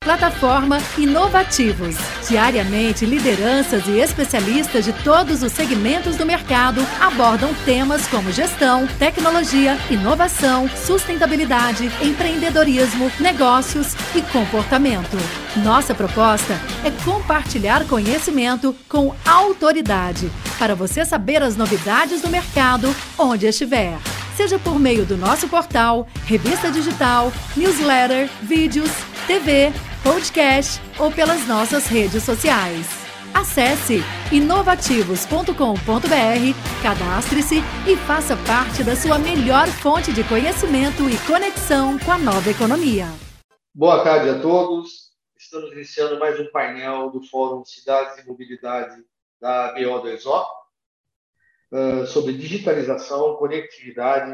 plataforma Inovativos. Diariamente, lideranças e especialistas de todos os segmentos do mercado abordam temas como gestão, tecnologia, inovação, sustentabilidade, empreendedorismo, negócios e comportamento. Nossa proposta é compartilhar conhecimento com autoridade, para você saber as novidades do mercado onde estiver. Seja por meio do nosso portal, revista digital, newsletter, vídeos, TV, podcast ou pelas nossas redes sociais. Acesse inovativos.com.br, cadastre-se e faça parte da sua melhor fonte de conhecimento e conexão com a nova economia. Boa tarde a todos. Estamos iniciando mais um painel do Fórum Cidades e Mobilidade da BO2O sobre digitalização, conectividade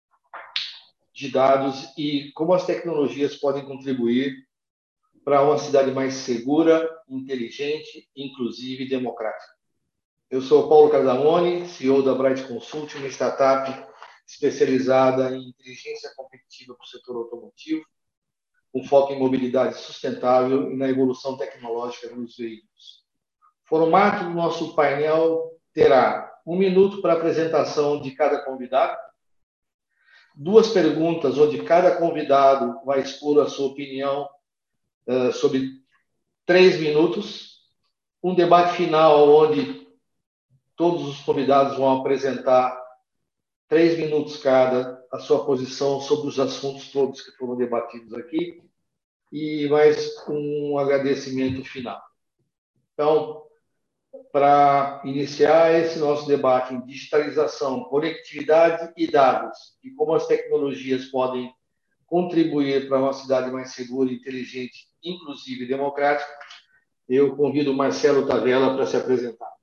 de dados e como as tecnologias podem contribuir para uma cidade mais segura, inteligente, inclusiva e democrática. Eu sou Paulo Casamone, CEO da Bright Consult, uma startup especializada em inteligência competitiva para o setor automotivo, com foco em mobilidade sustentável e na evolução tecnológica dos veículos. O formato do nosso painel terá 1 minuto para a apresentação de cada convidado, 2 perguntas, onde cada convidado vai expor a sua opinião sobre 3 minutos, um debate final, onde todos os convidados vão apresentar 3 minutos cada a sua posição sobre os assuntos todos que foram debatidos aqui, e mais um agradecimento final. Então, para iniciar esse nosso debate em digitalização, conectividade e dados, e como as tecnologias podem contribuir para uma cidade mais segura, inteligente, inclusiva e democrática, eu convido o Marcelo Tavella para se apresentar.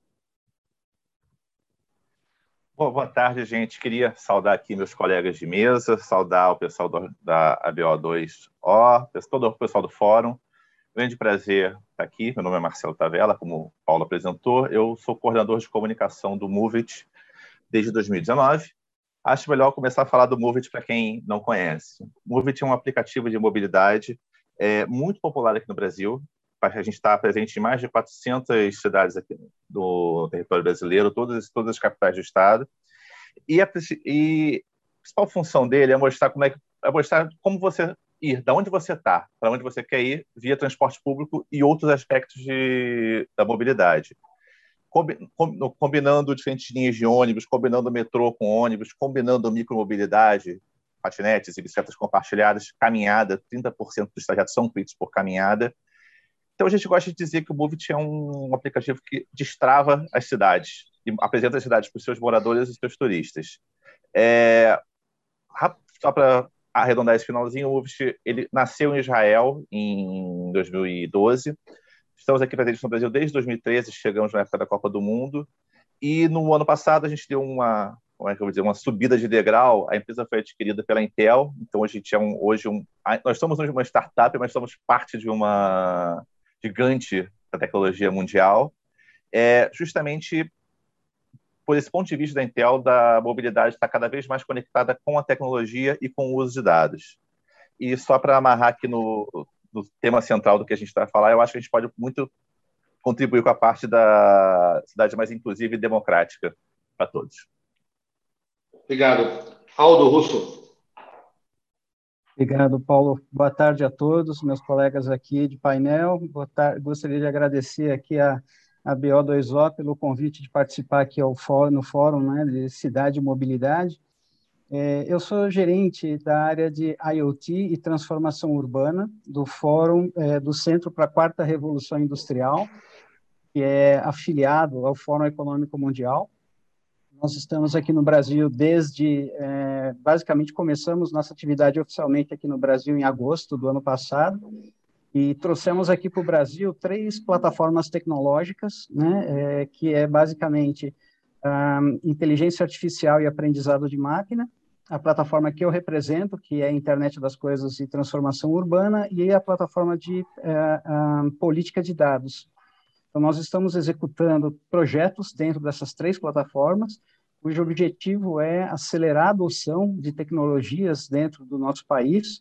Boa tarde, gente. Queria saudar aqui meus colegas de mesa, saudar o pessoal da ABO2O, todo o pessoal do Fórum. Grande prazer estar aqui. Meu nome é Marcelo Tavella, como o Paulo apresentou. Eu sou coordenador de comunicação do Moovit desde 2019. Acho melhor começar a falar do Moovit para quem não conhece. O Moovit é um aplicativo de mobilidade muito popular aqui no Brasil. A gente está presente em mais de 400 cidades aqui do território brasileiro, todas as capitais do estado. E a principal função dele é mostrar como você ir, da onde você está, para onde você quer ir, via transporte público e outros aspectos da mobilidade. Combinando diferentes linhas de ônibus, combinando metrô com ônibus, combinando micromobilidade, patinetes e bicicletas compartilhadas, caminhada, 30% dos trajetos são feitos por caminhada. Então, a gente gosta de dizer que o Moovit é um aplicativo que destrava as cidades e apresenta as cidades para os seus moradores e seus turistas. Só para arredondar esse finalzinho, o Moovit ele nasceu em Israel em 2012. Estamos aqui presentes no Brasil desde 2013, chegamos na época da Copa do Mundo. E no ano passado a gente deu uma subida de degrau. A empresa foi adquirida pela Intel. Então, nós somos uma startup, mas somos parte de uma gigante da tecnologia mundial. Justamente por esse ponto de vista da Intel, da mobilidade está cada vez mais conectada com a tecnologia e com o uso de dados. E só para amarrar aqui no tema central do que a gente vai falar, eu acho que a gente pode muito contribuir com a parte da cidade mais inclusiva e democrática para todos. Obrigado. Aldo Russo. Obrigado, Paulo. Boa tarde a todos, meus colegas aqui de painel. Gostaria de agradecer aqui a BO2O pelo convite de participar aqui no fórum, né, de Cidade e Mobilidade. Eu sou gerente da área de IoT e Transformação Urbana do Fórum do Centro para a Quarta Revolução Industrial, que é afiliado ao Fórum Econômico Mundial. Nós estamos aqui no Brasil basicamente começamos nossa atividade oficialmente aqui no Brasil em agosto do ano passado e trouxemos aqui para o Brasil 3 plataformas tecnológicas, né, que é basicamente inteligência artificial e aprendizado de máquina, a plataforma que eu represento, que é a Internet das Coisas e Transformação Urbana, e a plataforma de política de dados. Então, nós estamos executando projetos dentro dessas 3 plataformas, cujo objetivo é acelerar a adoção de tecnologias dentro do nosso país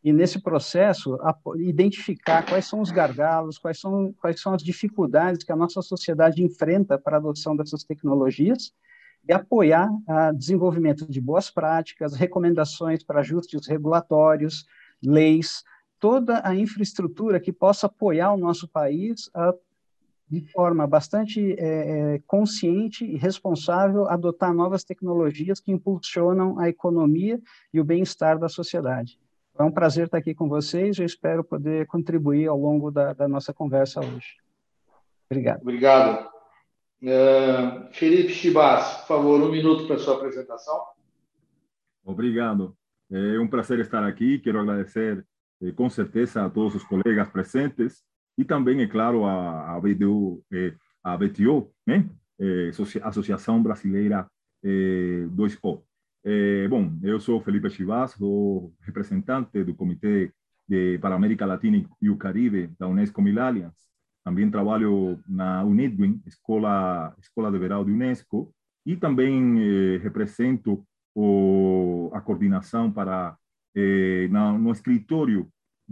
e, nesse processo, identificar quais são os gargalos, quais são as dificuldades que a nossa sociedade enfrenta para a adoção dessas tecnologias e apoiar o desenvolvimento de boas práticas, recomendações para ajustes regulatórios, leis, toda a infraestrutura que possa apoiar o nosso país de forma bastante consciente e responsável, adotar novas tecnologias que impulsionam a economia e o bem-estar da sociedade. É um prazer estar aqui com vocês, eu espero poder contribuir ao longo da nossa conversa hoje. Obrigado. Obrigado. Felipe Chibas, por favor, 1 minuto para a sua apresentação. Obrigado. É um prazer estar aqui. Quero agradecer, com certeza, a todos os colegas presentes e também, é claro, a BTO, né? Associação Brasileira 2O. Bom, eu sou Felipe Chibas, sou representante do Comitê para a América Latina e o Caribe da Unesco Mil Alliance. Também trabalho na UNIDWIN, Escola de Verão de Unesco, e também represento a coordenação para no escritório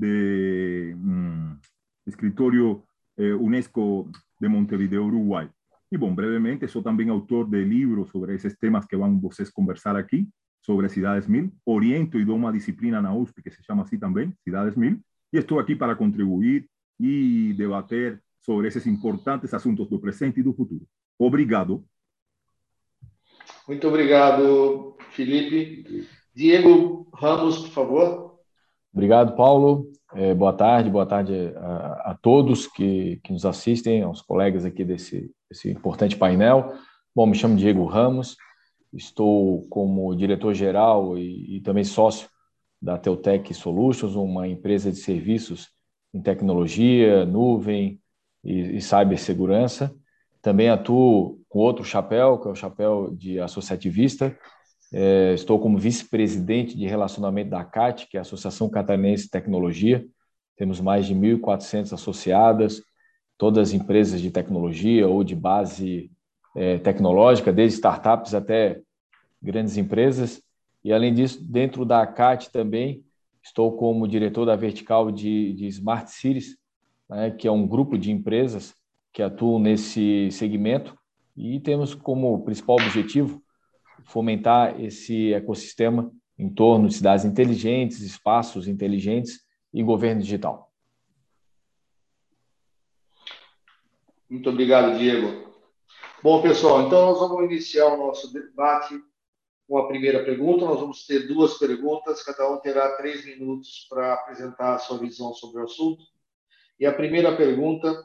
Unesco de Montevideo, Uruguai. E, bom, brevemente, sou também autor de livros sobre esses temas que vão vocês conversar aqui, sobre Cidades 1000. Oriento e dou uma disciplina na USP que se chama assim também, Cidades 1000. E estou aqui para contribuir e debater sobre esses importantes assuntos do presente e do futuro. Obrigado. Muito obrigado, Felipe. Diego Ramos, por favor. Obrigado, Paulo. Boa tarde a todos que nos assistem, aos colegas aqui desse importante painel. Bom, me chamo Diego Ramos, estou como diretor-geral e também sócio da Teutec Solutions, uma empresa de serviços em tecnologia, nuvem e cibersegurança. Também atuo com outro chapéu, que é o chapéu de associativista. Estou como vice-presidente de relacionamento da ACAT, que é a Associação Catarinense de Tecnologia. Temos mais de 1.400 associadas, todas empresas de tecnologia ou de base tecnológica, desde startups até grandes empresas. E, além disso, dentro da ACAT também, estou como diretor da vertical de Smart Cities, né, que é um grupo de empresas que atuam nesse segmento, e temos como principal objetivo fomentar esse ecossistema em torno de cidades inteligentes, espaços inteligentes e governo digital. Muito obrigado, Diego. Bom, pessoal, então nós vamos iniciar o nosso debate com a primeira pergunta. Nós vamos ter 2 perguntas, cada um terá 3 minutos para apresentar a sua visão sobre o assunto. E a primeira pergunta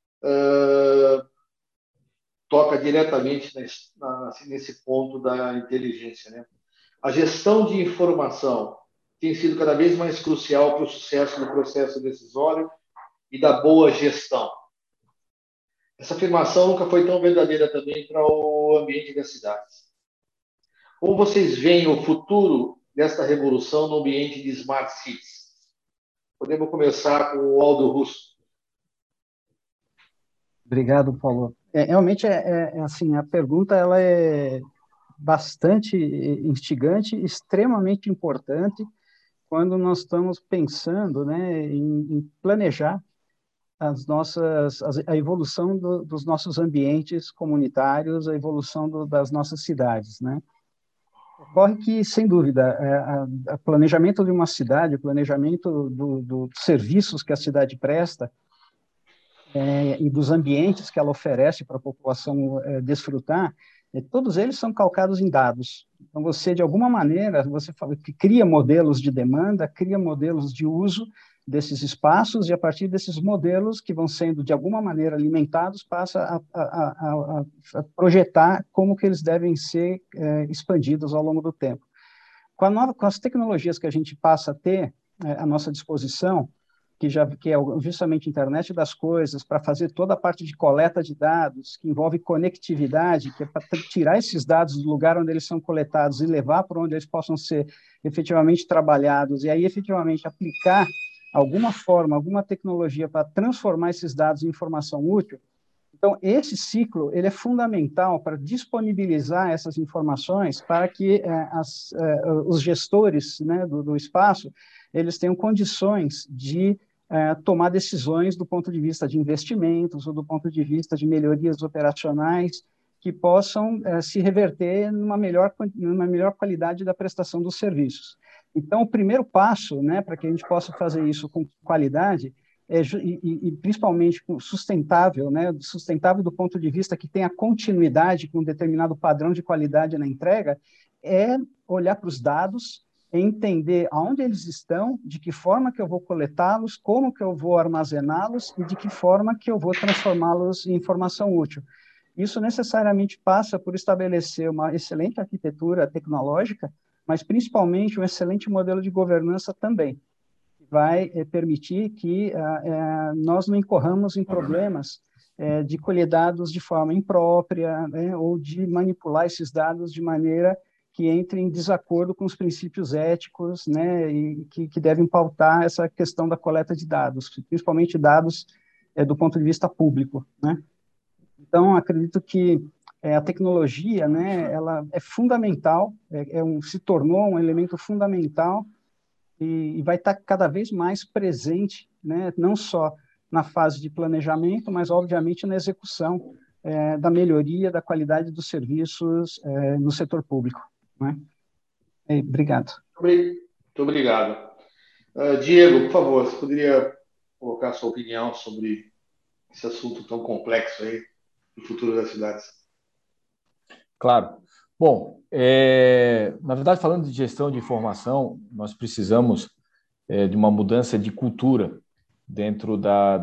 toca diretamente nesse ponto da inteligência, né? A gestão de informação tem sido cada vez mais crucial para o sucesso do processo decisório e da boa gestão. Essa afirmação nunca foi tão verdadeira também para o ambiente das cidades. Como vocês veem o futuro desta revolução no ambiente de Smart Cities? Podemos começar com o Aldo Russo. Obrigado, Paulo. Realmente, assim, a pergunta ela é bastante instigante, extremamente importante, quando nós estamos pensando, né, em planejar a evolução dos nossos ambientes comunitários, a evolução das nossas cidades, né? Ocorre que, sem dúvida, o planejamento de uma cidade, o planejamento dos serviços que a cidade presta, e dos ambientes que ela oferece para a população desfrutar, todos eles são calcados em dados. Então, você, de alguma maneira, você cria modelos de demanda, cria modelos de uso desses espaços, e a partir desses modelos que vão sendo, de alguma maneira, alimentados, passa a projetar como que eles devem ser expandidos ao longo do tempo. Com as tecnologias que a gente passa a ter à nossa disposição, que é justamente a internet das coisas, para fazer toda a parte de coleta de dados, que envolve conectividade, que é para tirar esses dados do lugar onde eles são coletados e levar para onde eles possam ser efetivamente trabalhados, e aí efetivamente aplicar alguma forma, alguma tecnologia para transformar esses dados em informação útil. Então, esse ciclo ele é fundamental para disponibilizar essas informações para que os gestores, né, do espaço eles tenham condições de tomar decisões do ponto de vista de investimentos ou do ponto de vista de melhorias operacionais que possam se reverter numa melhor qualidade da prestação dos serviços. Então, o primeiro passo, né, para que a gente possa fazer isso com qualidade, e principalmente sustentável, né, sustentável do ponto de vista que tenha continuidade com um determinado padrão de qualidade na entrega, é olhar para os dados, entender aonde eles estão, de que forma que eu vou coletá-los, como que eu vou armazená-los e de que forma que eu vou transformá-los em informação útil. Isso necessariamente passa por estabelecer uma excelente arquitetura tecnológica, mas principalmente um excelente modelo de governança também, que vai permitir que nós não incorramos em problemas de colher dados de forma imprópria, né, ou de manipular esses dados de maneira que entre em desacordo com os princípios éticos, né, e que devem pautar essa questão da coleta de dados, principalmente dados do ponto de vista público, né? Então, acredito que a tecnologia, né, ela é fundamental, se tornou um elemento fundamental e vai estar cada vez mais presente, né, não só na fase de planejamento, mas, obviamente, na execução da melhoria da qualidade dos serviços no setor público, né? Obrigado. Muito obrigado. Diego, por favor, você poderia colocar sua opinião sobre esse assunto tão complexo aí, do futuro das cidades? Claro. Bom, na verdade, falando de gestão de informação, nós precisamos de uma mudança de cultura dentro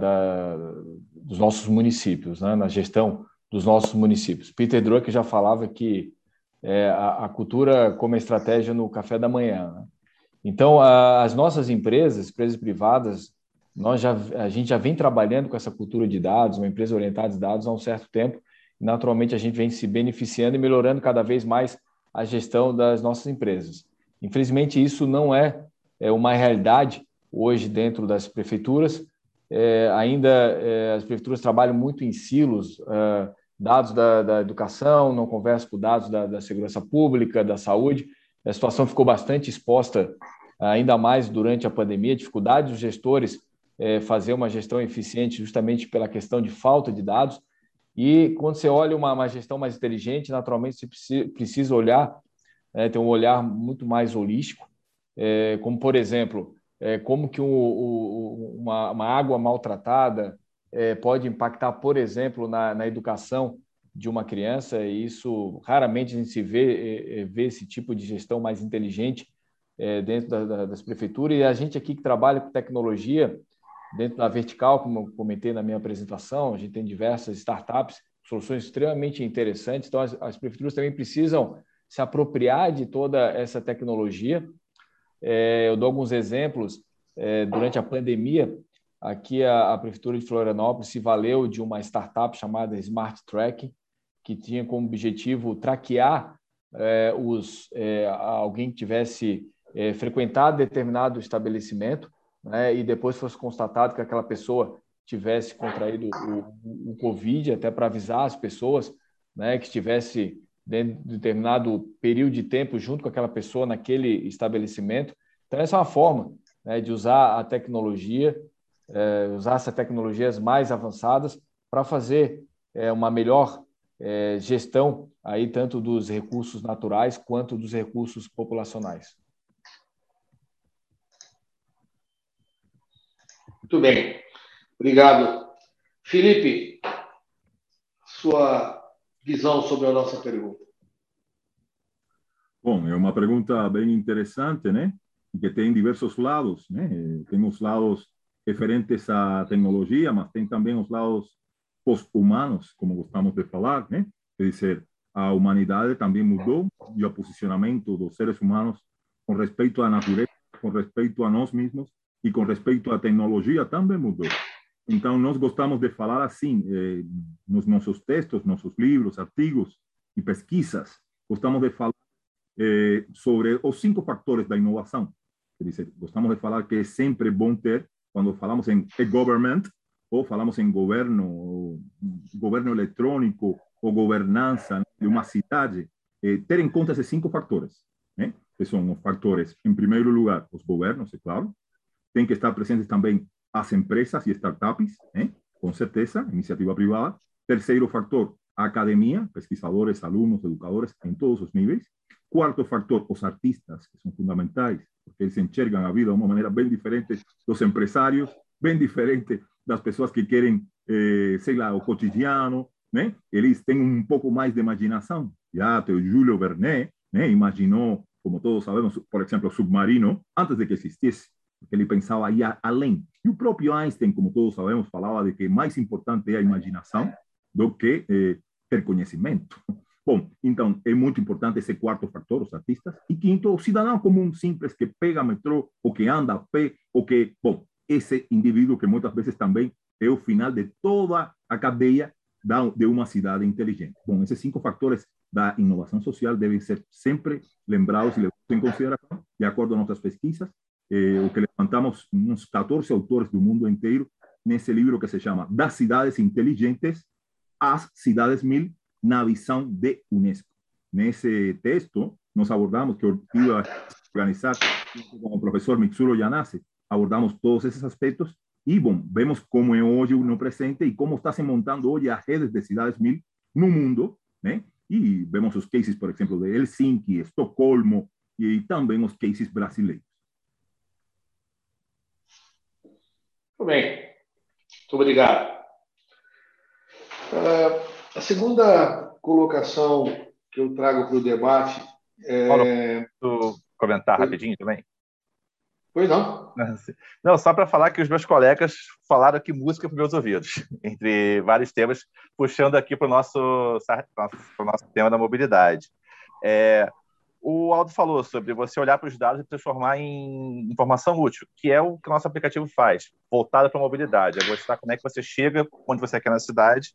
dos nossos municípios, né? Na gestão dos nossos municípios. Peter Drucker já falava que a cultura como estratégia no café da manhã, né? Então, as nossas empresas privadas, a gente já vem trabalhando com essa cultura de dados, uma empresa orientada a dados há um certo tempo, e naturalmente a gente vem se beneficiando e melhorando cada vez mais a gestão das nossas empresas. Infelizmente, isso não é uma realidade hoje dentro das prefeituras. Ainda as prefeituras trabalham muito em silos, dados da educação, não conversam com dados da segurança pública, da saúde. A situação ficou bastante exposta, ainda mais durante a pandemia, a dificuldade dos gestores fazer uma gestão eficiente justamente pela questão de falta de dados. E quando você olha uma gestão mais inteligente, naturalmente você precisa olhar, ter um olhar muito mais holístico, como, por exemplo, como que uma água maltratada pode impactar, por exemplo, na educação de uma criança, e isso raramente a gente se vê esse tipo de gestão mais inteligente dentro das prefeituras. E a gente aqui que trabalha com tecnologia, dentro da vertical, como eu comentei na minha apresentação, a gente tem diversas startups, soluções extremamente interessantes, então as prefeituras também precisam se apropriar de toda essa tecnologia. Eu dou alguns exemplos. Durante a pandemia, aqui a Prefeitura de Florianópolis se valeu de uma startup chamada Smart Track, que tinha como objetivo traquear alguém que tivesse frequentado determinado estabelecimento, né, e depois fosse constatado que aquela pessoa tivesse contraído o Covid, até para avisar as pessoas, né, que estivesse dentro de determinado período de tempo junto com aquela pessoa naquele estabelecimento. Então, essa é uma forma, né, de usar a tecnologia, usar essas tecnologias mais avançadas para fazer uma melhor gestão aí, tanto dos recursos naturais quanto dos recursos populacionais. Muito bem. Obrigado. Felipe, sua visão sobre a nossa pergunta. Bom, é uma pergunta bem interessante, né? Que tem diversos lados, né? Tem os lados referentes à tecnologia, mas tem também os lados pós-humanos, como gostamos de falar, né? Quer dizer, a humanidade também mudou e o posicionamento dos seres humanos com respeito à natureza, com respeito a nós mesmos e com respeito à tecnologia também mudou. Então, nós gostamos de falar assim, nos nossos textos, nossos livros, artigos e pesquisas, gostamos de falar sobre os 5 fatores da inovação. Quer dizer, gostamos de falar que é sempre bom ter, quando falamos em e-government, ou falamos em governo eletrônico, ou governança de uma cidade, ter em conta esses 5 fatores, né? que são os fatores, em primeiro lugar, os governos, é claro, tem que estar presentes também as empresas e startups, com certeza, iniciativa privada. Terceiro fator, a academia, pesquisadores, alunos, educadores, em todos os níveis. Quarto factor, os artistas, que são fundamentais, porque eles enxergam a vida de uma maneira bem diferente dos empresários, bem diferente das pessoas que querem, sei lá, o cotidiano, né? Eles têm um pouco mais de imaginação. Já o Júlio Verne, né, imaginou, como todos sabemos, por exemplo, o submarino, antes de que existisse, porque ele pensava ir além. E o próprio Einstein, como todos sabemos, falava de que mais importante é a imaginação do que ter conhecimento. Bom, então, é muito importante esse quarto fator, os artistas. E quinto, o cidadão comum simples que pega metrô, ou que anda a pé, ou que, bom, esse indivíduo que muitas vezes também é o final de toda a cadeia de uma cidade inteligente. Bom, esses 5 fatores da inovação social devem ser sempre lembrados e levados em consideração, de acordo com nossas pesquisas, o que levantamos uns 14 autores do mundo inteiro nesse livro que se chama Das Cidades Inteligentes às Cidades 1000, na visão de Unesco. Nesse texto, nós abordamos, que eu iba organizar com o professor Mitsuru Yanase, abordamos todos esses aspectos e, bom, vemos como é hoje no presente e como está se montando hoje as redes de cidades 1000 no mundo, né? E vemos os cases, por exemplo, de Helsinki, Estocolmo e também os cases brasileiros. Muito bem. Muito obrigado. A segunda colocação que eu trago para o debate Paulo, posso comentar rapidinho também? Pois não? Não, só para falar que os meus colegas falaram aqui música para os meus ouvidos, entre vários temas, puxando aqui para o nosso tema da mobilidade. O Aldo falou sobre você olhar para os dados e transformar em informação útil, que é o que o nosso aplicativo faz, voltado para a mobilidade, é mostrar como é que você chega onde você quer na cidade,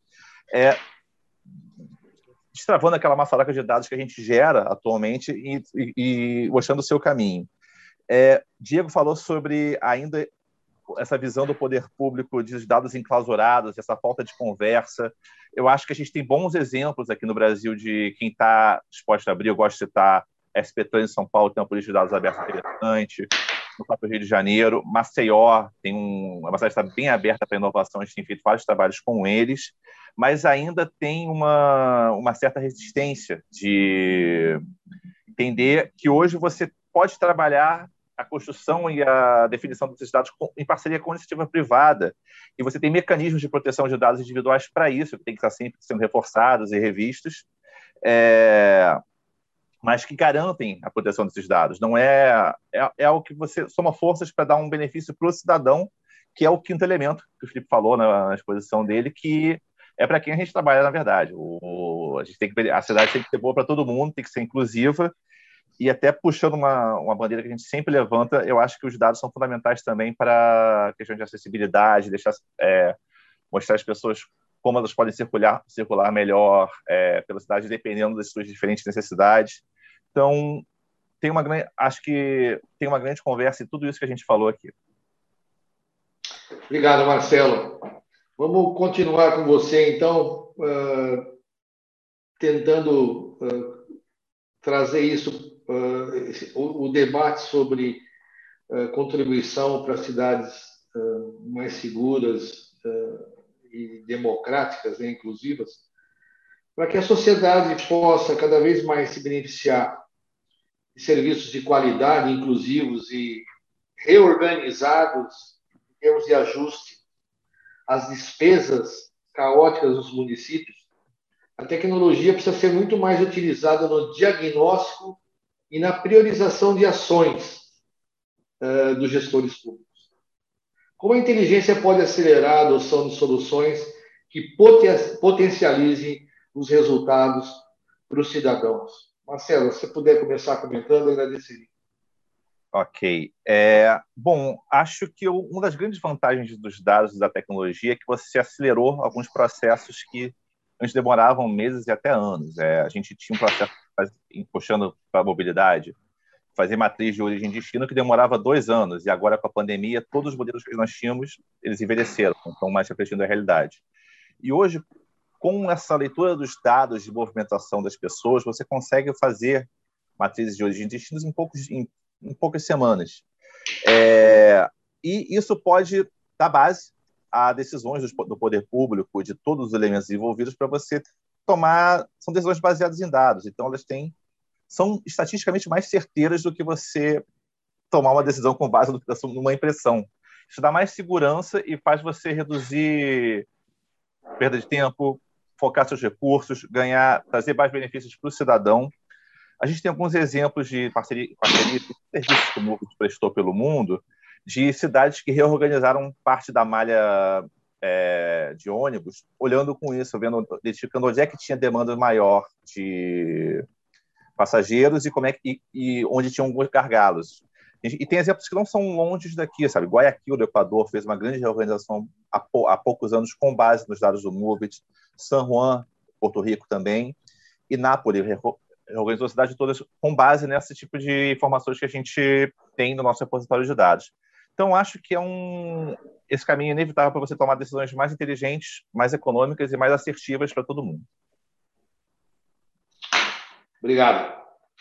destravando aquela maçaroca de dados que a gente gera atualmente e mostrando o seu caminho. Diego falou sobre ainda essa visão do poder público de dados enclausurados, essa falta de conversa. Eu acho que a gente tem bons exemplos aqui no Brasil de quem está disposto a abrir. Eu gosto de citar SP Trans em São Paulo, tem uma política de dados aberta interessante. No próprio Rio de Janeiro, Maceió tem uma cidade está bem aberta para inovação, a gente tem feito vários trabalhos com eles, mas ainda tem uma certa resistência de entender que hoje você pode trabalhar a construção e a definição desses dados em parceria com a iniciativa privada, e você tem mecanismos de proteção de dados individuais para isso, que tem que estar sempre sendo reforçados e revistos, mas que garantem a proteção desses dados. Não é algo que você soma forças para dar um benefício para o cidadão, que é o quinto elemento que o Felipe falou na exposição dele, que é para quem a gente trabalha, na verdade. A cidade tem que ser boa para todo mundo, tem que ser inclusiva, e até puxando uma bandeira que a gente sempre levanta, eu acho que os dados são fundamentais também para a questão de acessibilidade, mostrar às pessoas como elas podem circular melhor pela cidade, dependendo das suas diferentes necessidades. Então, acho que tem uma grande conversa em tudo isso que a gente falou aqui. Obrigado, Marcelo. Vamos continuar com você, então, tentando trazer isso, o debate sobre contribuição para cidades mais seguras e democráticas, inclusivas, para que a sociedade possa cada vez mais se beneficiar de serviços de qualidade, inclusivos e reorganizados em termos de ajuste às despesas caóticas dos municípios. A tecnologia precisa ser muito mais utilizada no diagnóstico e na priorização de ações dos gestores públicos. Como a inteligência pode acelerar a adoção de soluções que potencializem os resultados para os cidadãos? Marcelo, se você puder começar comentando, eu agradeceria. Ok. Bom, acho que uma das grandes vantagens dos dados da tecnologia é que você acelerou alguns processos que antes demoravam meses e até anos. A gente tinha um processo puxando para a mobilidade, fazer matriz de origem e destino, que demorava 2 anos, e agora com a pandemia, todos os modelos que nós tínhamos, eles envelheceram, não estão mais refletindo a realidade. E hoje, com essa leitura dos dados de movimentação das pessoas, você consegue fazer matrizes de origem e destinos em poucas semanas. E isso pode dar base a decisões do poder público, de todos os elementos envolvidos, para você tomar... São decisões baseadas em dados, então elas são estatisticamente mais certeiras do que você tomar uma decisão com base numa impressão. Isso dá mais segurança e faz você reduzir perda de tempo, focar seus recursos, trazer mais benefícios para o cidadão. A gente tem alguns exemplos de parceria e serviços que o Movit prestou pelo mundo, de cidades que reorganizaram parte da malha de ônibus, olhando com isso, identificando onde é que tinha demanda maior de passageiros e onde tinham alguns gargalos. E tem exemplos que não são longe daqui, sabe? Guayaquil, do Equador, fez uma grande reorganização há poucos anos com base nos dados do Movit. San Juan, Porto Rico também. E Nápoles reorganizou a cidade toda com base nesse tipo de informações que a gente tem no nosso repositório de dados. Então, acho que esse caminho é inevitável para você tomar decisões mais inteligentes, mais econômicas e mais assertivas para todo mundo. Obrigado.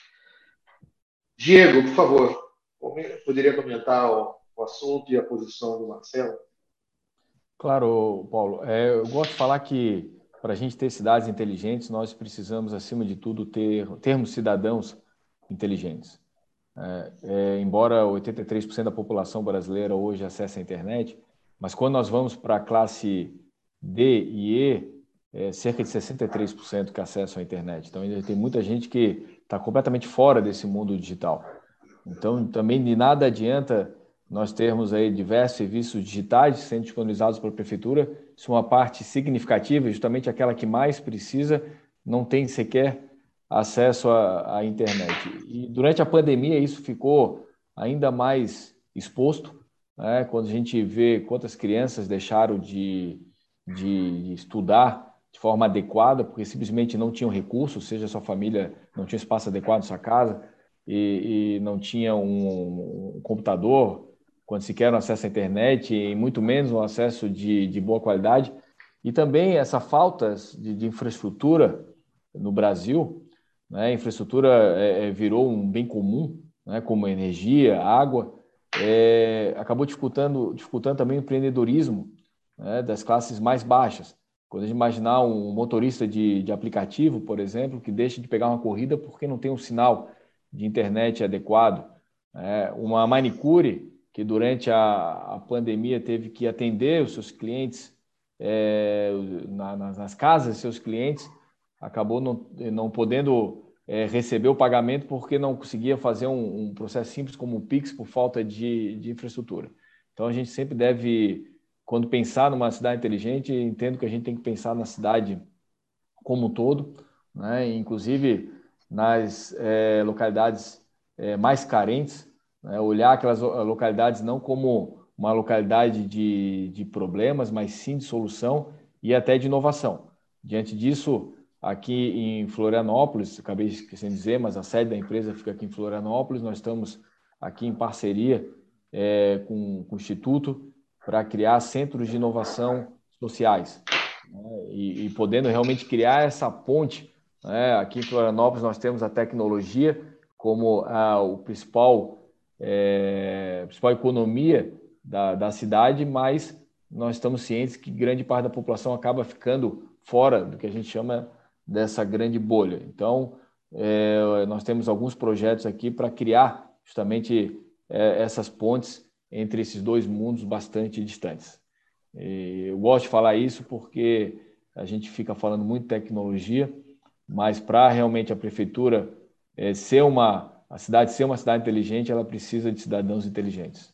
Diego, por favor, poderia comentar o assunto e a posição do Marcelo? Claro, Paulo. Eu gosto de falar que, para a gente ter cidades inteligentes, nós precisamos, acima de tudo, termos cidadãos inteligentes. Embora 83% da população brasileira hoje acesse a internet, mas quando nós vamos para a classe D e E, cerca de 63% que acessam a internet. Então, ainda tem muita gente que está completamente fora desse mundo digital. Então, também de nada adianta nós termos aí diversos serviços digitais sendo disponibilizados pela prefeitura. Isso é uma parte significativa, justamente aquela que mais precisa, não tem sequer acesso à internet. E durante a pandemia isso ficou ainda mais exposto, né? Quando a gente vê quantas crianças deixaram de estudar de forma adequada, porque simplesmente não tinham recursos, seja sua família não tinha espaço adequado na sua casa e não tinha um computador, quando sequer um acesso à internet, e muito menos um acesso de boa qualidade. E também essa falta de infraestrutura no Brasil, né? A infraestrutura virou um bem comum, né? Como energia, água, acabou dificultando também o empreendedorismo, né? Das classes mais baixas. Quando a gente imaginar um motorista de aplicativo, por exemplo, que deixa de pegar uma corrida porque não tem um sinal de internet adequado, uma manicure que durante a pandemia teve que atender os seus clientes nas casas de seus clientes, acabou não podendo receber o pagamento porque não conseguia fazer um processo simples como o Pix por falta de infraestrutura. Então, a gente sempre deve, quando pensar numa cidade inteligente, entendo que a gente tem que pensar na cidade como um todo, né? Inclusive nas localidades mais carentes, né? Olhar aquelas localidades não como uma localidade de problemas, mas sim de solução e até de inovação. Diante disso, aqui em Florianópolis, acabei esquecendo de dizer, mas a sede da empresa fica aqui em Florianópolis, nós estamos aqui em parceria com o Instituto para criar centros de inovação sociais, né? E podendo realmente criar essa ponte, né? Aqui em Florianópolis nós temos a tecnologia como o principal economia da cidade, mas nós estamos cientes que grande parte da população acaba ficando fora do que a gente chama dessa grande bolha. Então, nós temos alguns projetos aqui para criar justamente essas pontes entre esses dois mundos bastante distantes. Eu gosto de falar isso porque a gente fica falando muito de tecnologia, mas para realmente a prefeitura a cidade ser uma cidade inteligente, ela precisa de cidadãos inteligentes.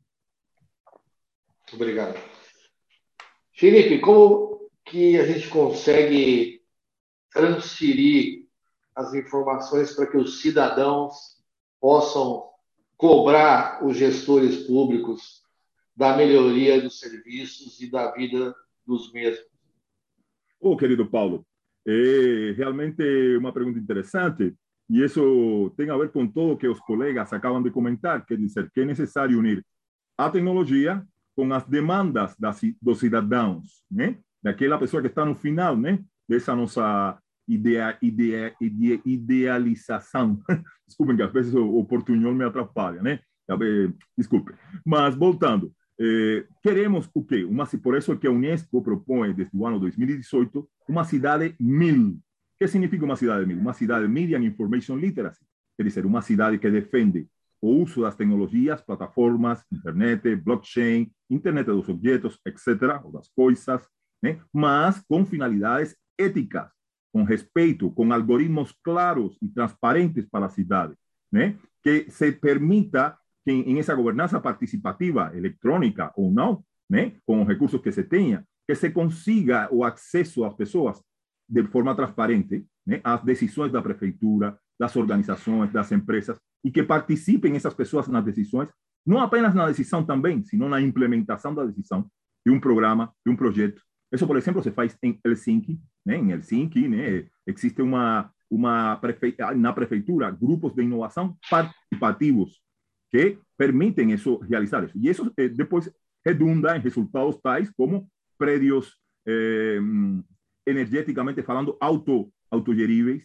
Obrigado. Felipe, como que a gente consegue transferir as informações para que os cidadãos possam cobrar os gestores públicos da melhoria dos serviços e da vida dos mesmos? Querido Paulo, é realmente uma pergunta interessante e isso tem a ver com tudo que os colegas acabam de comentar, quer dizer, que é necessário unir a tecnologia com as demandas dos cidadãos, né? Daquela pessoa que está no final, né? Dessa nossa idealização. Desculpem que às vezes o portunhol me atrapalha, né? Desculpe. Mas, voltando, queremos o quê? Por isso que a Unesco propõe, desde o ano 2018, uma cidade 1000. O que significa uma cidade 1000? Uma cidade Media and Information Literacy. Quer dizer, uma cidade que defende o uso das tecnologias, plataformas, internet, blockchain, internet dos objetos, etc., ou das coisas, né? Mas com finalidades éticas, com respeito, com algoritmos claros e transparentes para a cidade, né? Que se permita que em essa governança participativa, eletrônica ou não, né? Com os recursos que se tenha, que se consiga o acesso às pessoas de forma transparente, né? Às decisões da prefeitura, das organizações, das empresas, e que participem essas pessoas nas decisões, não apenas na decisão também, sino na implementação da decisão de um programa, de um projeto. Isso, por exemplo, se faz em Helsinki, né? Em Helsinki, né? Existe na prefeitura grupos de inovação participativos que permitem realizar isso. E isso depois redunda em resultados tais como prédios energeticamente falando autogeríveis,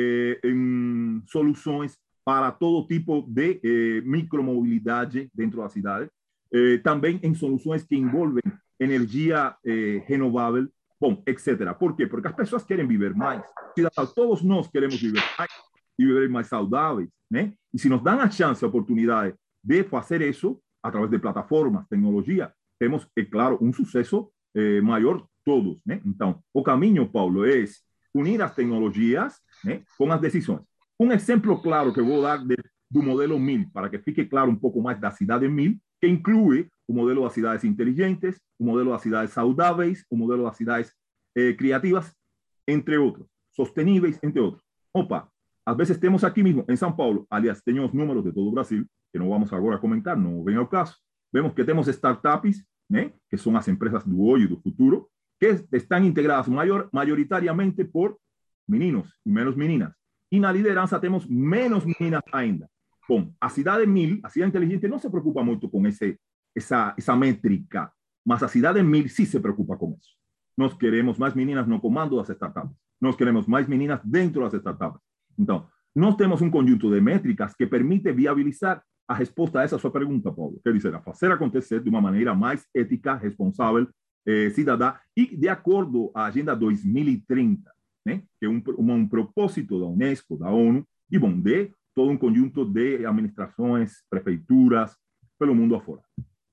em soluções para todo tipo de micromobilidade dentro da cidade, também em soluções que envolvem energia renovável, bom, etc. Por quê? Porque as pessoas querem viver mais. Todos nós queremos viver mais e viver mais saudáveis, né? E se nos dão a chance, a oportunidade de fazer isso, através de plataformas, tecnologia, temos, é claro, um sucesso maior todos, né? Então, o caminho, Paulo, é unir as tecnologias, né, com as decisões. Um exemplo claro que vou dar do modelo 1000, para que fique claro um pouco mais da cidade 1000, que inclui o modelo das cidades inteligentes, o modelo das cidades saudáveis, o modelo das cidades criativas, entre outros, sosteníveis, entre outros. Às vezes temos aqui mesmo, em São Paulo, aliás, tenho os números de todo o Brasil, que não vamos agora comentar, não vem ao caso. Vemos que temos startups, né, que são as empresas do hoje e do futuro, que estão integradas majoritariamente por meninos e menos meninas. E na liderança temos menos meninas ainda. Bom, a cidade 1000, a cidade inteligente, não se preocupa muito com essa métrica, mas a cidade 1000 sim se preocupa com isso. Nós queremos mais meninas no comando das startups. Nós queremos mais meninas dentro das startups. Então, nós temos um conjunto de métricas que permite viabilizar a resposta a essa sua pergunta, Paulo. Quer dizer, a fazer acontecer de uma maneira mais ética, responsável, cidadã e de acordo à Agenda 2030, né? Que é um propósito da Unesco, da ONU, e bom, de todo um conjunto de administrações, prefeituras, pelo mundo afora.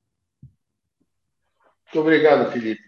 Muito obrigado, Felipe.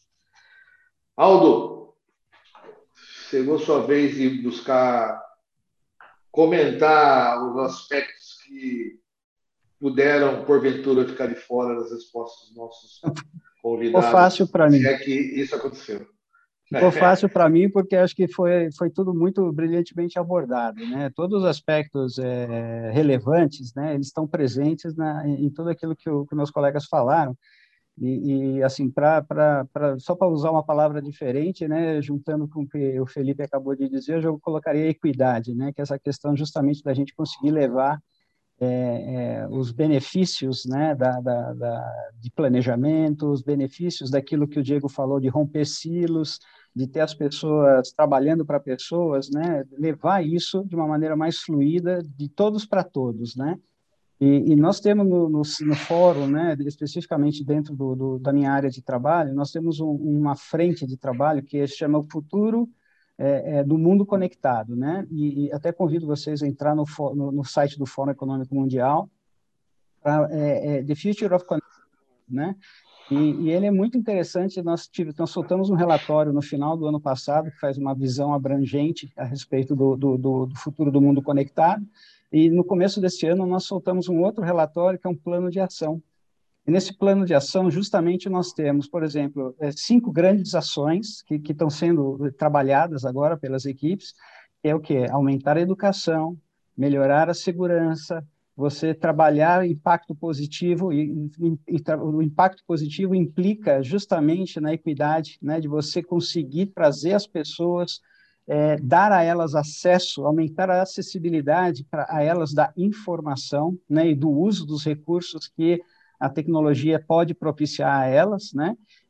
Aldo, chegou sua vez de buscar comentar os aspectos que puderam, porventura, ficar de fora das respostas dos nossos convidados. Ficou fácil para mim. Se é que isso aconteceu. Ficou fácil para mim, porque acho que foi tudo muito brilhantemente abordado, né? Todos os aspectos relevantes, né? Eles estão presentes em tudo aquilo que meus colegas falaram. E assim, só para usar uma palavra diferente, né? Juntando com o que o Felipe acabou de dizer, eu colocaria equidade, né? Que é essa questão justamente da gente conseguir levar os benefícios, né, de planejamento, os benefícios daquilo que o Diego falou de romper silos, de ter as pessoas trabalhando para pessoas, né, levar isso de uma maneira mais fluida, de todos para todos, né? E nós temos no fórum, né, especificamente dentro da minha área de trabalho, nós temos uma frente de trabalho que se chama o Futuro do Mundo Conectado, né? E até convido vocês a entrar no site do Fórum Econômico Mundial, The Future of Connectivity, né? E ele é muito interessante. Nós soltamos um relatório no final do ano passado que faz uma visão abrangente a respeito do futuro do mundo conectado. E no começo desse ano nós soltamos um outro relatório que é um plano de ação. E nesse plano de ação, justamente, nós temos, por exemplo, 5 grandes ações que estão sendo trabalhadas agora pelas equipes, que é o quê? Aumentar a educação, melhorar a segurança, você trabalhar impacto positivo, e o impacto positivo implica justamente na equidade, né, de você conseguir trazer as pessoas, dar a elas acesso, aumentar a acessibilidade a elas da informação, né, e do uso dos recursos que a tecnologia pode propiciar a elas, né?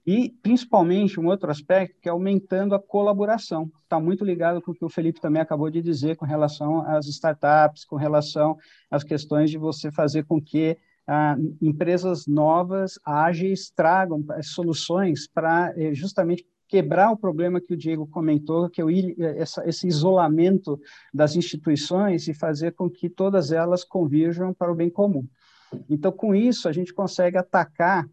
E, principalmente, um outro aspecto que é aumentando a colaboração. Está muito ligado com o que o Felipe também acabou de dizer com relação às startups, com relação às questões de você fazer com que empresas novas, ágeis, tragam soluções para justamente quebrar o problema que o Diego comentou, que é esse isolamento das instituições e fazer com que todas elas convirjam para o bem comum. Então, com isso, a gente consegue atacar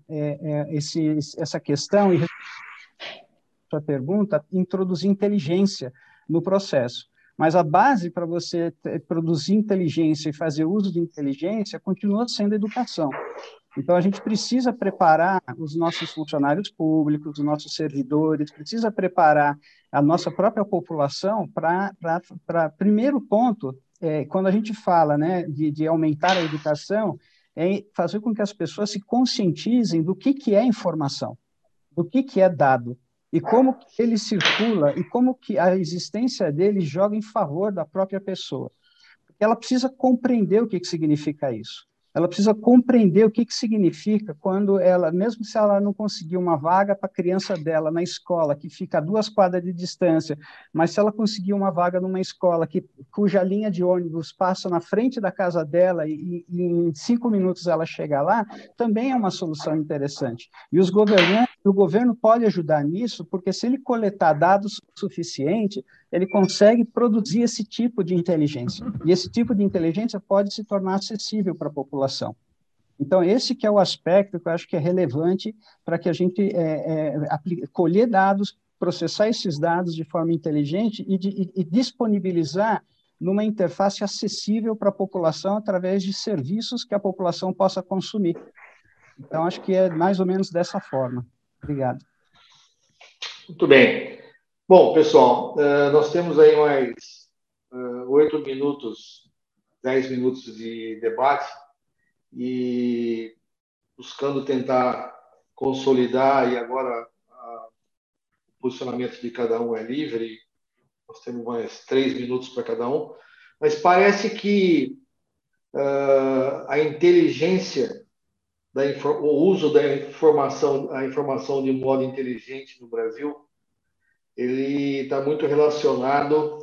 essa questão e, sua pergunta, introduzir inteligência no processo. Mas a base para você produzir inteligência e fazer uso de inteligência continua sendo educação. Então, a gente precisa preparar os nossos funcionários públicos, os nossos servidores, precisa preparar a nossa própria população para primeiro ponto, quando a gente fala, né, de aumentar a educação, é fazer com que as pessoas se conscientizem do que é informação, do que é dado, e como que ele circula, e como que a existência dele joga em favor da própria pessoa. Porque ela precisa compreender o que significa isso. Ela precisa compreender o que significa quando ela, mesmo se ela não conseguir uma vaga para a criança dela na escola, que fica a 2 quadras de distância, mas se ela conseguir uma vaga numa escola cuja linha de ônibus passa na frente da casa dela e em 5 minutos ela chega lá, também é uma solução interessante. E os governantes, o governo pode ajudar nisso, porque se ele coletar dados suficientes, ele consegue produzir esse tipo de inteligência. E esse tipo de inteligência pode se tornar acessível para a população. Então, esse que é o aspecto que eu acho que é relevante para que a gente colher dados, processar esses dados de forma inteligente e disponibilizar numa interface acessível para a população através de serviços que a população possa consumir. Então, acho que é mais ou menos dessa forma. Obrigado. Muito bem. Bom, pessoal, nós temos aí mais 8 minutos, 10 minutos de debate e buscando tentar consolidar, e agora o posicionamento de cada um é livre, nós temos mais 3 minutos para cada um, mas parece que a inteligência, o uso da informação, a informação de modo inteligente no Brasil, ele está muito relacionado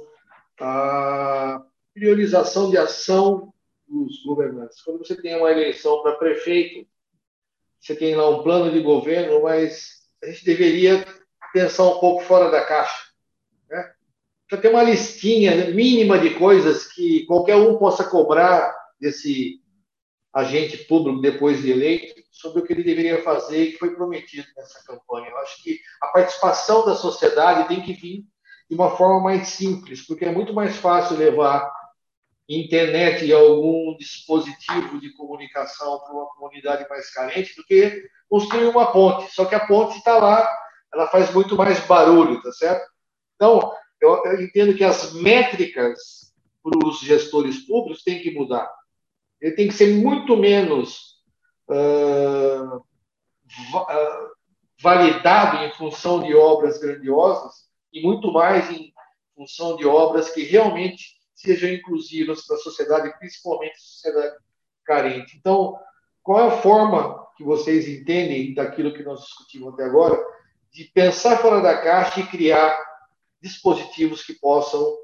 à priorização de ação dos governantes. Quando você tem uma eleição para prefeito, você tem lá um plano de governo, mas a gente deveria pensar um pouco fora da caixa, né? Para ter uma listinha mínima de coisas que qualquer um possa cobrar desse agente público depois de eleito sobre o que ele deveria fazer e que foi prometido nessa campanha. Eu acho que a participação da sociedade tem que vir de uma forma mais simples, porque é muito mais fácil levar internet e algum dispositivo de comunicação para uma comunidade mais carente do que construir uma ponte. Só que a ponte está lá, ela faz muito mais barulho, tá certo? Então, eu entendo que as métricas para os gestores públicos têm que mudar. Ele tem que ser muito menos validado em função de obras grandiosas e muito mais em função de obras que realmente sejam inclusivas para a sociedade, principalmente a sociedade carente. Então, qual é a forma que vocês entendem daquilo que nós discutimos até agora de pensar fora da caixa e criar dispositivos que possam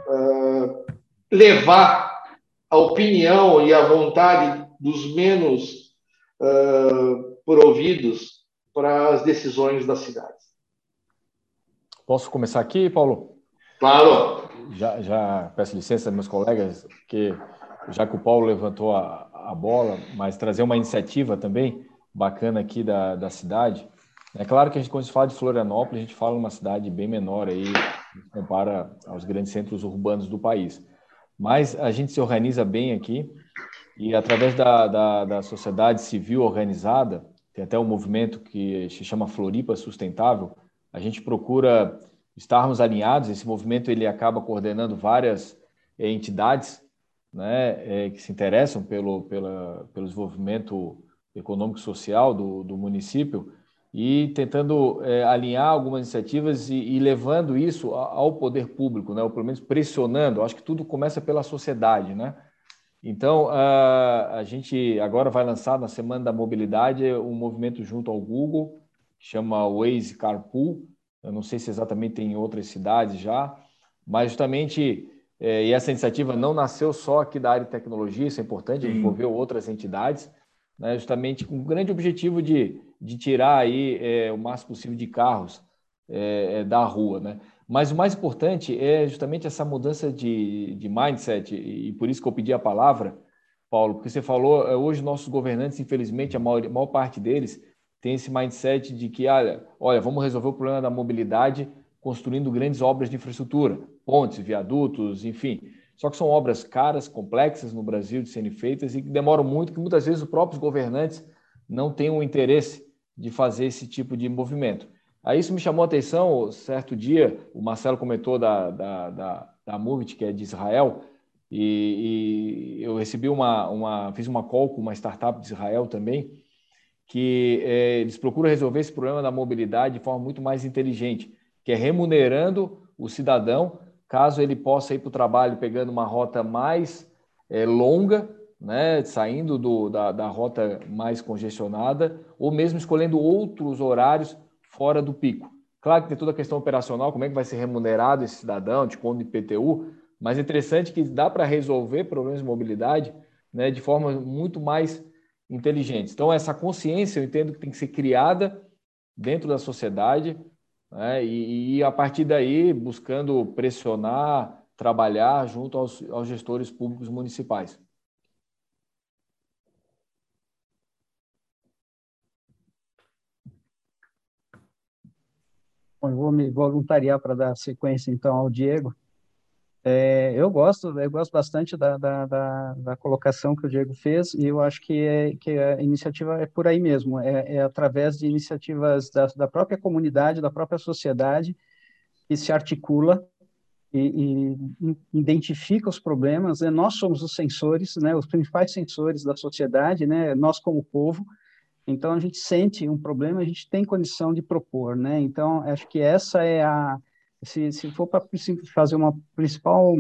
levar a opinião e a vontade dos menos providos para as decisões da cidade? Posso começar aqui, Paulo? Claro. Já peço licença aos meus colegas, porque já que o Paulo levantou a bola, mas trazer uma iniciativa também bacana aqui da cidade. É claro que quando a gente fala de Florianópolis, a gente fala de uma cidade bem menor aí, compara aos grandes centros urbanos do país. Mas a gente se organiza bem aqui e através da sociedade civil organizada, tem até um movimento que se chama Floripa Sustentável, a gente procura estarmos alinhados. Esse movimento ele acaba coordenando várias entidades, né, que se interessam pelo desenvolvimento econômico e social do município e tentando alinhar algumas iniciativas e levando isso ao poder público, né, ou pelo menos pressionando. Acho que tudo começa pela sociedade, né? Então, a gente agora vai lançar na Semana da Mobilidade um movimento junto ao Google, chama Waze Carpool. Eu não sei se exatamente tem em outras cidades já, mas justamente, e essa iniciativa não nasceu só aqui da área de tecnologia, isso é importante, envolveu outras entidades, né, justamente com o grande objetivo de tirar aí o máximo possível de carros da rua, né? Mas o mais importante é justamente essa mudança de mindset, e por isso que eu pedi a palavra, Paulo, porque você falou, hoje nossos governantes, infelizmente, a maior parte deles tem esse mindset de que, olha, vamos resolver o problema da mobilidade construindo grandes obras de infraestrutura, pontes, viadutos, enfim. Só que são obras caras, complexas no Brasil de serem feitas e que demoram muito, que muitas vezes os próprios governantes não têm o interesse de fazer esse tipo de movimento. Aí isso me chamou a atenção, certo dia, o Marcelo comentou da Movit, que é de Israel, e eu recebi fiz uma call com uma startup de Israel também, que eles procuram resolver esse problema da mobilidade de forma muito mais inteligente, que é remunerando o cidadão, caso ele possa ir para o trabalho pegando uma rota mais longa, né, saindo da rota mais congestionada, ou mesmo escolhendo outros horários fora do pico. Claro que tem toda a questão operacional, como é que vai ser remunerado esse cidadão, de conta de IPTU, mas é interessante que dá para resolver problemas de mobilidade, né, de forma muito mais inteligente. Então, essa consciência, eu entendo que tem que ser criada dentro da sociedade, né, e a partir daí, buscando pressionar, trabalhar junto aos gestores públicos municipais. Bom, eu vou me voluntariar para dar sequência, então, ao Diego. Eu gosto bastante da colocação que o Diego fez, e eu acho que a iniciativa é por aí mesmo, é através de iniciativas da própria comunidade, da própria sociedade, que se articula e identifica os problemas, né? Nós somos os sensores, né? Os principais sensores da sociedade, né? Nós como povo. Então, a gente sente um problema, a gente tem condição de propor, né? Então, acho que essa é se for para fazer uma principal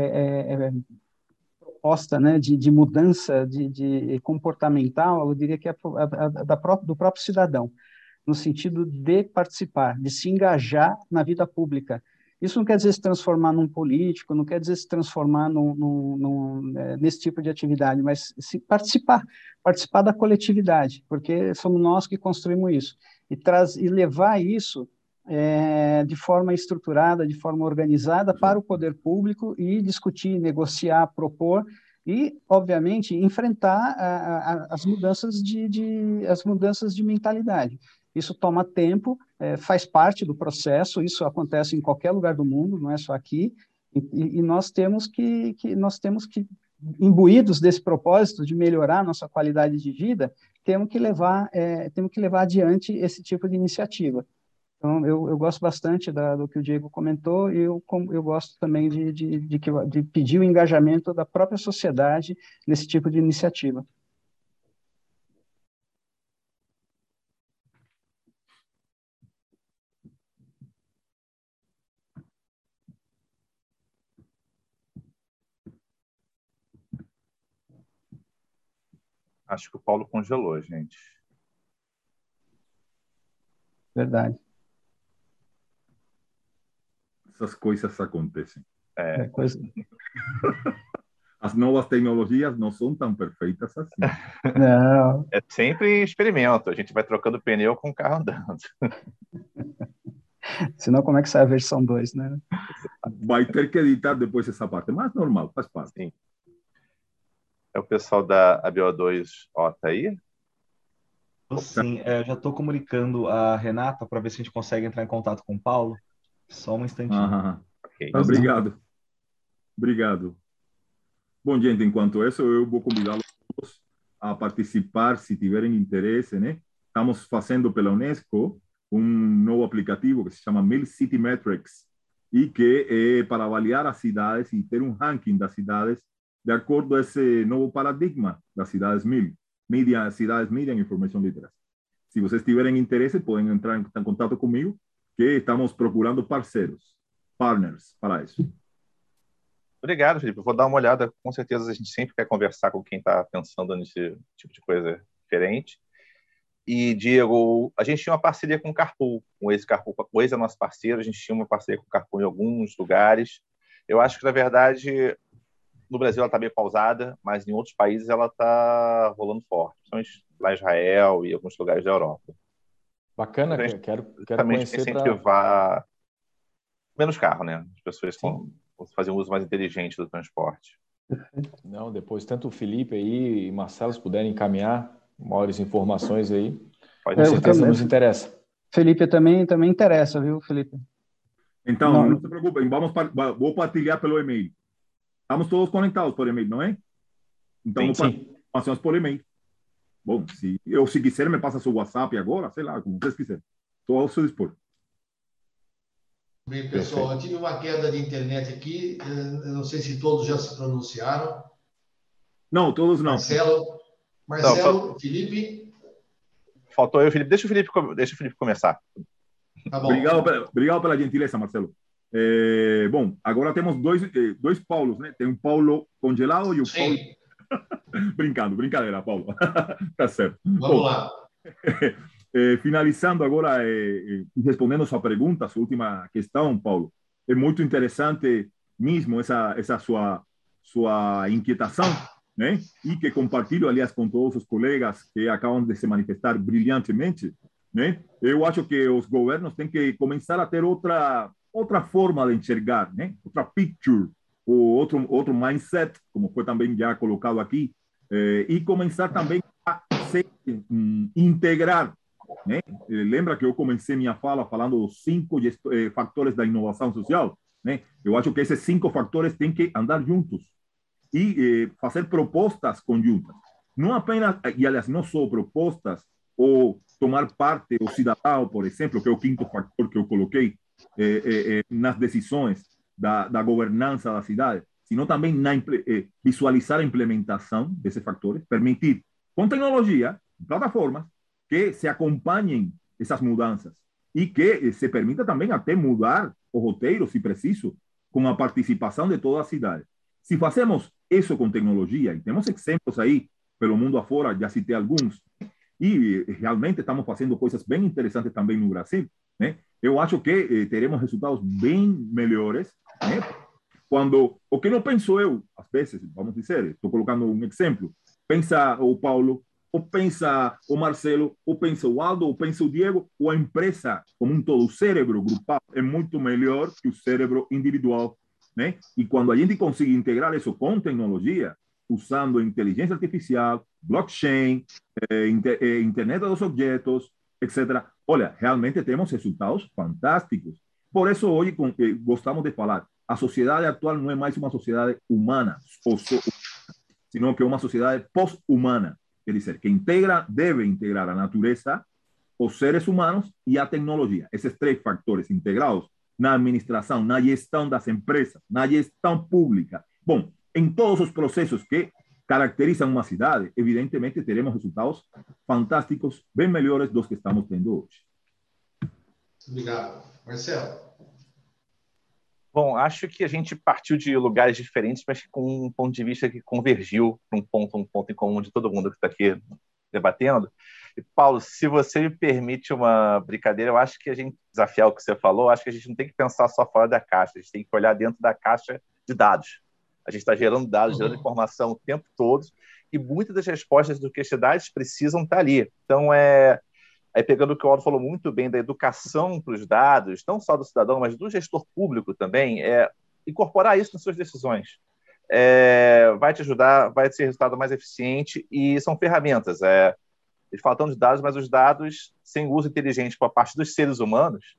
proposta, né, de mudança de comportamental, eu diria que é do próprio cidadão, no sentido de participar, de se engajar na vida pública. Isso não quer dizer se transformar num político, não quer dizer se transformar nesse tipo de atividade, mas se participar da coletividade, porque somos nós que construímos isso. E levar isso de forma estruturada, de forma organizada para o poder público e discutir, negociar, propor e, obviamente, enfrentar as mudanças de mentalidade. Isso toma tempo, faz parte do processo, isso acontece em qualquer lugar do mundo, não é só aqui, e nós temos que imbuídos desse propósito de melhorar a nossa qualidade de vida, temos que levar adiante esse tipo de iniciativa. Então, eu gosto bastante do que o Diego comentou, e eu gosto também de pedir o engajamento da própria sociedade nesse tipo de iniciativa. Acho que o Paulo congelou, gente. Verdade. Essas coisas acontecem. Coisa... As novas tecnologias não são tão perfeitas assim. Não. É sempre experimento. A gente vai trocando pneu com o carro andando. Senão, como é que sai a versão 2, né? Vai ter que editar depois essa parte, mas normal, faz parte. Sim. É o pessoal da ABO2, tá aí? Sim, eu já estou comunicando a Renata para ver se a gente consegue entrar em contato com o Paulo. Só um instantinho. Okay. Obrigado. Obrigado. Bom, gente, enquanto isso, eu vou convidá-los a participar, se tiverem interesse, né? Estamos fazendo pela Unesco um novo aplicativo que se chama Mil City Metrics e que é para avaliar as cidades e ter um ranking das cidades de acordo a esse novo paradigma das cidades cidades medium information literacy. Se vocês tiverem interesse, podem entrar em contato comigo, que estamos procurando partners para isso. Obrigado, Felipe. Eu vou dar uma olhada. Com certeza a gente sempre quer conversar com quem está pensando nesse tipo de coisa diferente. E, Diego, a gente tinha uma parceria com o Carpool, com esse Carpool, com esse é nosso parceiro, a gente tinha uma parceria com o Carpool em alguns lugares. Eu acho que, na verdade, no Brasil ela está meio pausada, mas em outros países ela está rolando forte, principalmente lá em Israel e alguns lugares da Europa. Bacana, A gente quero também conhecer para... incentivar menos carro, né? As pessoas fazer um uso mais inteligente do transporte. Não, depois tanto o Felipe aí e Marcelo, se puderem encaminhar maiores informações aí, com certeza nos interessa. Felipe também interessa, viu, Felipe? Então, não se preocupem, vou partilhar pelo e-mail. Estamos todos conectados por e-mail, não é? Então, informações por e-mail. Bom, se quiser, me passa seu WhatsApp agora, sei lá, como vocês quiserem. Estou ao seu dispor. Bem, pessoal, eu tive uma queda de internet aqui. Eu não sei se todos já se pronunciaram. Não, todos não. Marcelo, Felipe. Faltou eu, Felipe. Deixa o Felipe começar. Tá bom. Obrigado pela gentileza, Marcelo. Bom, agora temos dois Paulos, né? Tem um Paulo congelado e o Paulo... Brincadeira, Paulo. Tá certo. Vamos lá. Finalizando agora, respondendo sua pergunta, sua última questão, Paulo, é muito interessante mesmo essa sua inquietação, né? E que compartilho, aliás, com todos os colegas que acabam de se manifestar brilhantemente, né? Eu acho que os governos têm que começar a ter outra forma de enxergar, né? Outra picture, ou outro mindset, como foi também já colocado aqui, e começar também a se integrar, né? Lembra que eu comecei minha fala falando dos 5 fatores da inovação social, né? Eu acho que esses 5 fatores têm que andar juntos e fazer propostas conjuntas. Não apenas, e aliás, não só propostas, ou tomar parte, o cidadão, por exemplo, que é o 5º fator que eu coloquei nas decisões da governança da cidade, sino também visualizar a implementação desses fatores, permitir, com tecnologia, plataformas, que se acompanhem essas mudanças e que se permita também até mudar o roteiro, se preciso, com a participação de toda a cidade. Se fazemos isso com tecnologia, e temos exemplos aí pelo mundo afora, já citei alguns, e realmente estamos fazendo coisas bem interessantes também no Brasil, né? Eu acho que teremos resultados bem melhores, né? Quando, o que não penso eu, às vezes, vamos dizer, estou colocando um exemplo, pensa o Paulo, ou pensa o Marcelo, ou pensa o Aldo, ou pensa o Diego, ou a empresa como um todo, o cérebro grupal é muito melhor que o cérebro individual, né? E quando a gente consegue integrar isso com tecnologia, usando inteligência artificial, blockchain, internet dos objetos, etc. Olha, realmente temos resultados fantásticos. Por isso, hoje, gostamos de falar, a sociedade atual não é mais uma sociedade humana, sino que é uma sociedade pós-humana. Quer dizer, que deve integrar a natureza, os seres humanos e a tecnologia. Esses 3 fatores integrados na administração, na gestão das empresas, na gestão pública. Bom, em todos os processos que caracterizam uma cidade, evidentemente teremos resultados fantásticos, bem melhores dos que estamos tendo hoje. Obrigado. Marcelo? Bom, acho que a gente partiu de lugares diferentes, mas com um ponto de vista que convergiu para um ponto em comum de todo mundo que está aqui debatendo. E, Paulo, se você me permite uma brincadeira, eu acho que a gente, desafiar o que você falou, acho que a gente não tem que pensar só fora da caixa, a gente tem que olhar dentro da caixa de dados. A gente está gerando dados, gerando informação o tempo todo, e muitas das respostas do que as cidades precisam estar ali. Então, aí pegando o que o Aldo falou muito bem da educação para os dados, não só do cidadão, mas do gestor público também, incorporar isso nas suas decisões. Vai te ajudar, vai ser resultado mais eficiente, e são ferramentas. Eles falam tanto de dados, mas os dados, sem uso inteligente por parte dos seres humanos,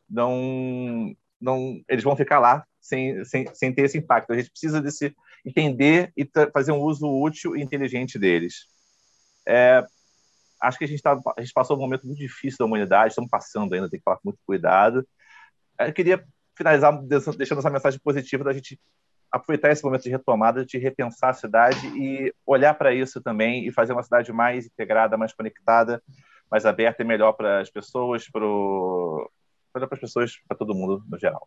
eles vão ficar lá sem ter esse impacto. A gente precisa entender e fazer um uso útil e inteligente deles. Acho que a gente passou um momento muito difícil da humanidade, estamos passando ainda, tem que falar com muito cuidado. Eu queria finalizar deixando essa mensagem positiva da gente aproveitar esse momento de retomada, de repensar a cidade e olhar para isso também e fazer uma cidade mais integrada, mais conectada, mais aberta e melhor para as pessoas, para todo mundo no geral.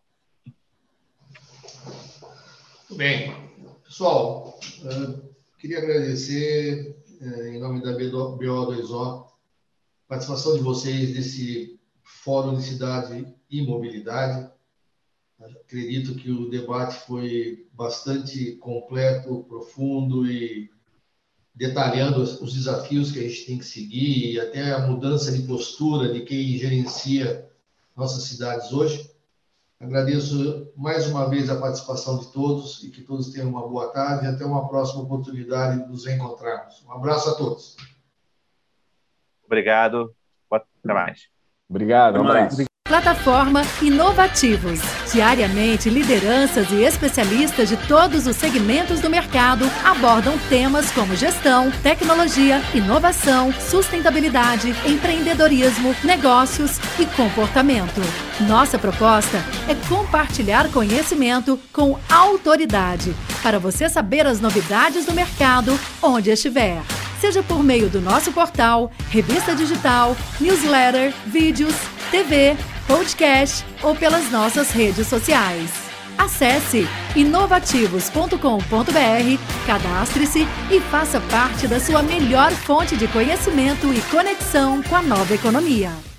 Muito bem. Pessoal, queria agradecer em nome da BO2O participação de vocês nesse Fórum de Cidade e Mobilidade. Acredito que o debate foi bastante completo, profundo e detalhando os desafios que a gente tem que seguir e até a mudança de postura de quem gerencia nossas cidades hoje. Agradeço mais uma vez a participação de todos e que todos tenham uma boa tarde e até uma próxima oportunidade de nos encontrarmos. Um abraço a todos. Obrigado. Até mais. Obrigado. Um abraço. Plataforma Inovativos. Diariamente, lideranças e especialistas de todos os segmentos do mercado abordam temas como gestão, tecnologia, inovação, sustentabilidade, empreendedorismo, negócios e comportamento. Nossa proposta é compartilhar conhecimento com autoridade, para você saber as novidades do mercado onde estiver. Seja por meio do nosso portal, revista digital, newsletter, vídeos, TV, podcast ou pelas nossas redes sociais. Acesse inovativos.com.br, cadastre-se e faça parte da sua melhor fonte de conhecimento e conexão com a nova economia.